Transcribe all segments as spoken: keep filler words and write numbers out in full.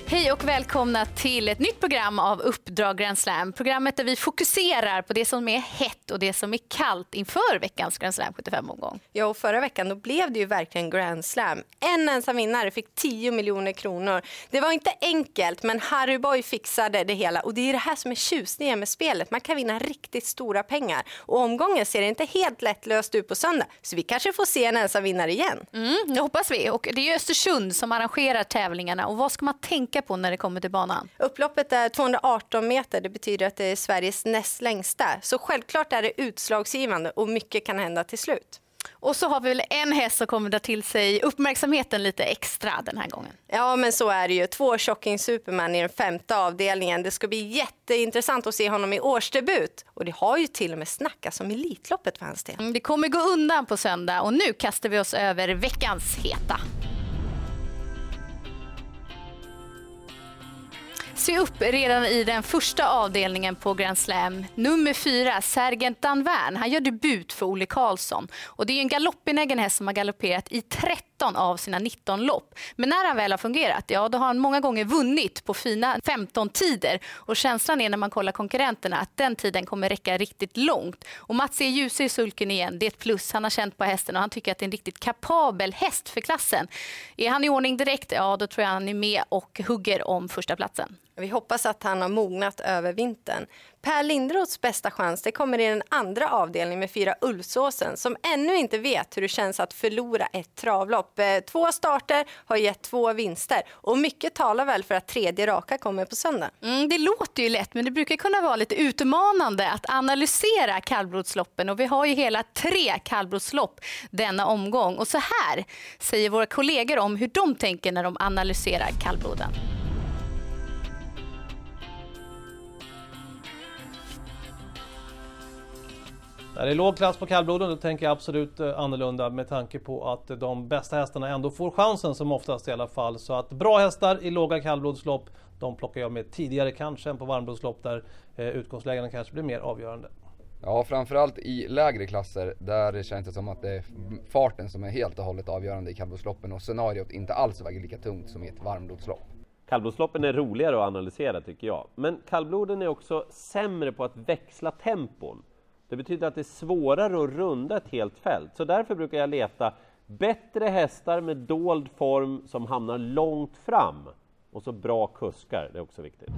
Hej och välkomna till ett nytt program av Uppdrag Grand Slam. Programmet där vi fokuserar på det som är hett och det som är kallt inför veckans Grand Slam sjuttiofem-omgång. Ja, och förra veckan då blev det ju verkligen Grand Slam. En ensam vinnare fick tio miljoner kronor. Det var inte enkelt, men Harry Boy fixade det hela. Och det är det här som är tjusningen med spelet. Man kan vinna riktigt stora pengar. Och omgången ser inte helt lättlöst ut på söndag. Så vi kanske får se en ensam vinnare igen. Mm, det hoppas vi. Och det är Östersund som arrangerar tävlingarna. Och vad ska man tänka på när det kommer till banan? Upploppet är tvåhundraarton meter. Det betyder att det är Sveriges näst längsta. Så självklart är det utslagsgivande och mycket kan hända till slut. Och så har vi väl en häst som kommer att till sig uppmärksamheten lite extra den här gången. Ja, men så är det ju. Två Shocking Superman i den femte avdelningen. Det ska bli jätteintressant att se honom i årsdebut. Och det har ju till och med snackats om Elitloppet för hans del. Mm, det kommer gå undan på söndag och nu kastar vi oss över veckans heta. Se upp redan i den första avdelningen på Grand Slam. Nummer fyra, Sergeant Danvern. Han gör debut för Olle Karlsson. Och det är en galoppbenägen häst som har galopperat i tretton av sina nitton lopp. Men när han väl har fungerat, ja då har han många gånger vunnit på fina femton tider. Och känslan är när man kollar konkurrenterna att den tiden kommer räcka riktigt långt. Och Mats E. Djuse i sulken igen, det är ett plus. Han har känt på hästen och han tycker att det är en riktigt kapabel häst för klassen. Är han i ordning direkt, ja då tror jag han är med och hugger om första platsen. Vi hoppas att han har mognat över vintern. Per Lindroths bästa chans det kommer i den andra avdelningen med fyra Ulfsåsen som ännu inte vet hur det känns att förlora ett travlopp. Två starter har gett två vinster och mycket talar väl för att tredje raka kommer på söndag. Mm, det låter ju lätt men det brukar kunna vara lite utmanande att analysera kallblodsloppen och vi har ju hela tre kallblodslopp denna omgång. Och så här säger våra kollegor om hur de tänker när de analyserar kallbloden. När det är låg klass på kallbloden, då tänker jag absolut annorlunda med tanke på att de bästa hästarna ändå får chansen som oftast i alla fall. Så att bra hästar i låga kallblodslopp, de plockar jag med tidigare kanske än på varmblodslopp där utgångslägena kanske blir mer avgörande. Ja, framförallt i lägre klasser där känns det som att det är farten som är helt och hållet avgörande i kallblodsloppen och scenariot inte alls väger lika tungt som i ett varmblodslopp. Kallblodsloppen är roligare att analysera tycker jag, men kallbloden är också sämre på att växla tempon. Det betyder att det är svårare att runda ett helt fält. Så därför brukar jag leta bättre hästar med dold form som hamnar långt fram. Och så bra kuskar, det är också viktigt.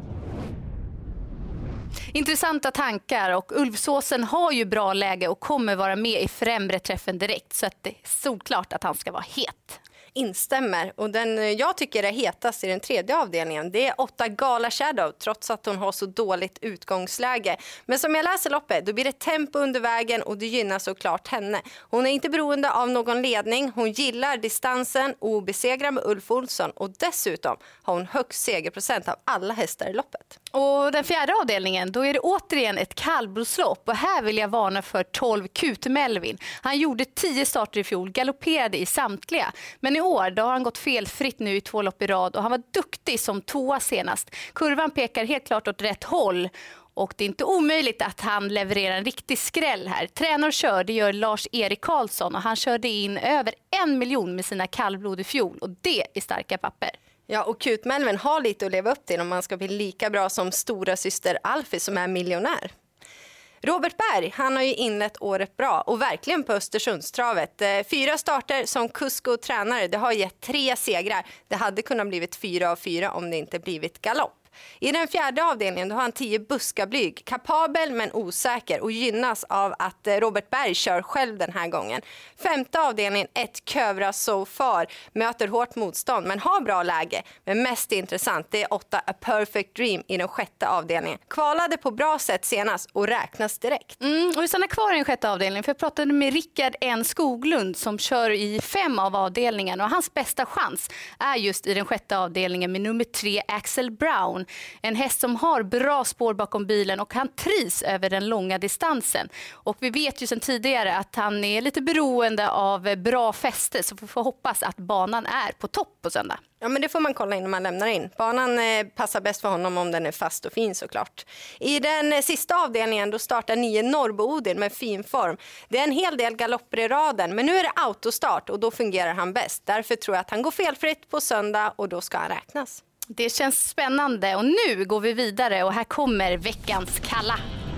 Intressanta tankar och Ulfsåsen har ju bra läge och kommer vara med i främre träffen direkt. Så att det är solklart att han ska vara het. Instämmer. Och den jag tycker är hetast i den tredje avdelningen det är åtta Gala Shadow trots att hon har så dåligt utgångsläge. Men som jag läser loppet då blir det tempo under vägen och det gynnar såklart henne. Hon är inte beroende av någon ledning. Hon gillar distansen och obesegrad med Ulf Olsson och dessutom har hon högst segerprocent av alla hästar i loppet. Och den fjärde avdelningen då är det återigen ett kallblodslopp och här vill jag varna för tolv Kute Melvin. Han gjorde tio starter i fjol, galopperade i samtliga. Men i år då har han gått felfritt nu i två lopp i rad och han var duktig som tvåa senast. Kurvan pekar helt klart åt rätt håll och det är inte omöjligt att han levererar en riktig skräll här. Tränar och kör, det gör Lars-Erik Karlsson och han körde in över en miljon med sina kallblod i fjol och det är starka papper. Ja, och Kute Melvin har lite att leva upp till om man ska bli lika bra som stora syster Alfie som är miljonär. Robert Berg, han har ju inlett året bra och verkligen på Östersundstravet. Fyra starter som kusk och tränare, det har gett tre segrar. Det hade kunnat blivit fyra av fyra om det inte blivit galopp. I den fjärde avdelningen då har han tio buskablyg, kapabel men osäker och gynnas av att Robert Berg kör själv den här gången. Femte avdelningen, ett Kövra So Far, möter hårt motstånd men har bra läge. Men mest intressant det är åtta A Perfect Dream i den sjätte avdelningen. Kvalade på bra sätt senast och räknas direkt. Mm, och vi stannar kvar i den sjätte avdelningen för jag pratade med Rickard N. Skoglund som kör i fem av avdelningen och hans bästa chans är just i den sjätte avdelningen med nummer tre Axel Brown. En häst som har bra spår bakom bilen och han trivs över den långa distansen. Och vi vet ju sedan tidigare att han är lite beroende av bra fäste så vi får hoppas att banan är på topp på söndag. Ja, men det får man kolla innan man lämnar in. Banan eh, passar bäst för honom om den är fast och fin såklart. I den eh, sista avdelningen då startar nio Norrbo Odin med fin form. Det är en hel del galopper i raden men nu är det autostart och då fungerar han bäst. Därför tror jag att han går felfritt på söndag och då ska han räknas. Det känns spännande och nu går vi vidare och här kommer veckans kalla.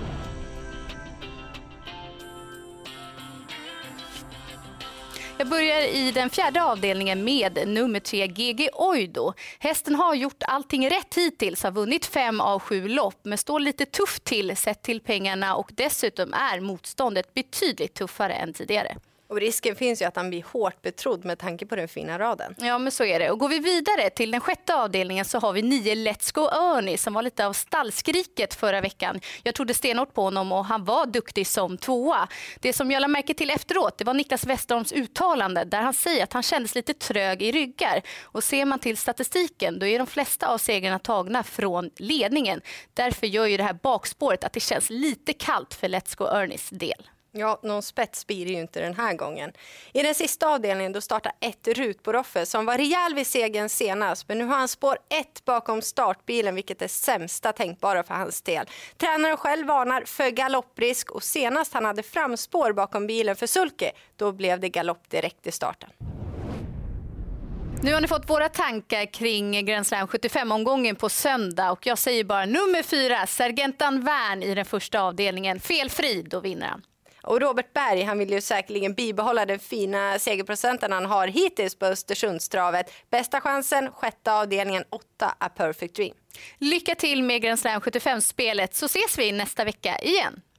Jag börjar i den fjärde avdelningen med nummer tre G G Oido. Hästen har gjort allting rätt hittills, har vunnit fem av sju lopp men står lite tufft till sett till pengarna och dessutom är motståndet betydligt tuffare än tidigare. Och risken finns ju att han blir hårt betrodd med tanke på den fina raden. Ja, men så är det. Och går vi vidare till den sjätte avdelningen så har vi nio Let's Go Ernie som var lite av stallskriket förra veckan. Jag trodde stenhårt på honom och han var duktig som tvåa. Det som jag lade märke till efteråt, det var Niklas Westerholms uttalande där han säger att han kändes lite trög i ryggar. Och ser man till statistiken då är de flesta av segrarna tagna från ledningen. Därför gör ju det här bakspåret att det känns lite kallt för Let's Go Ernies del. Ja, någon spets blir det ju inte den här gången. I den sista avdelningen då startar ett Rutboroffe som var rejäl vid segern senast. Men nu har han spår ett bakom startbilen vilket är sämsta tänkbara för hans del. Tränaren själv varnar för galopprisk och senast han hade framspår bakom bilen för sulke. Då blev det galopp direkt i starten. Nu har ni fått våra tankar kring Grand Slam sjuttiofem-omgången på söndag och jag säger bara nummer fyra, Sergent Danvern i den första avdelningen. Felfri, då vinner han. Och Robert Berg, han vill ju säkerligen bibehålla den fina segerprocenten han har hittills på Östersundstravet. Bästa chansen, sjätte avdelningen, åtta A Perfect Dream. Lycka till med Grand Slam sjuttiofem-spelet så ses vi nästa vecka igen.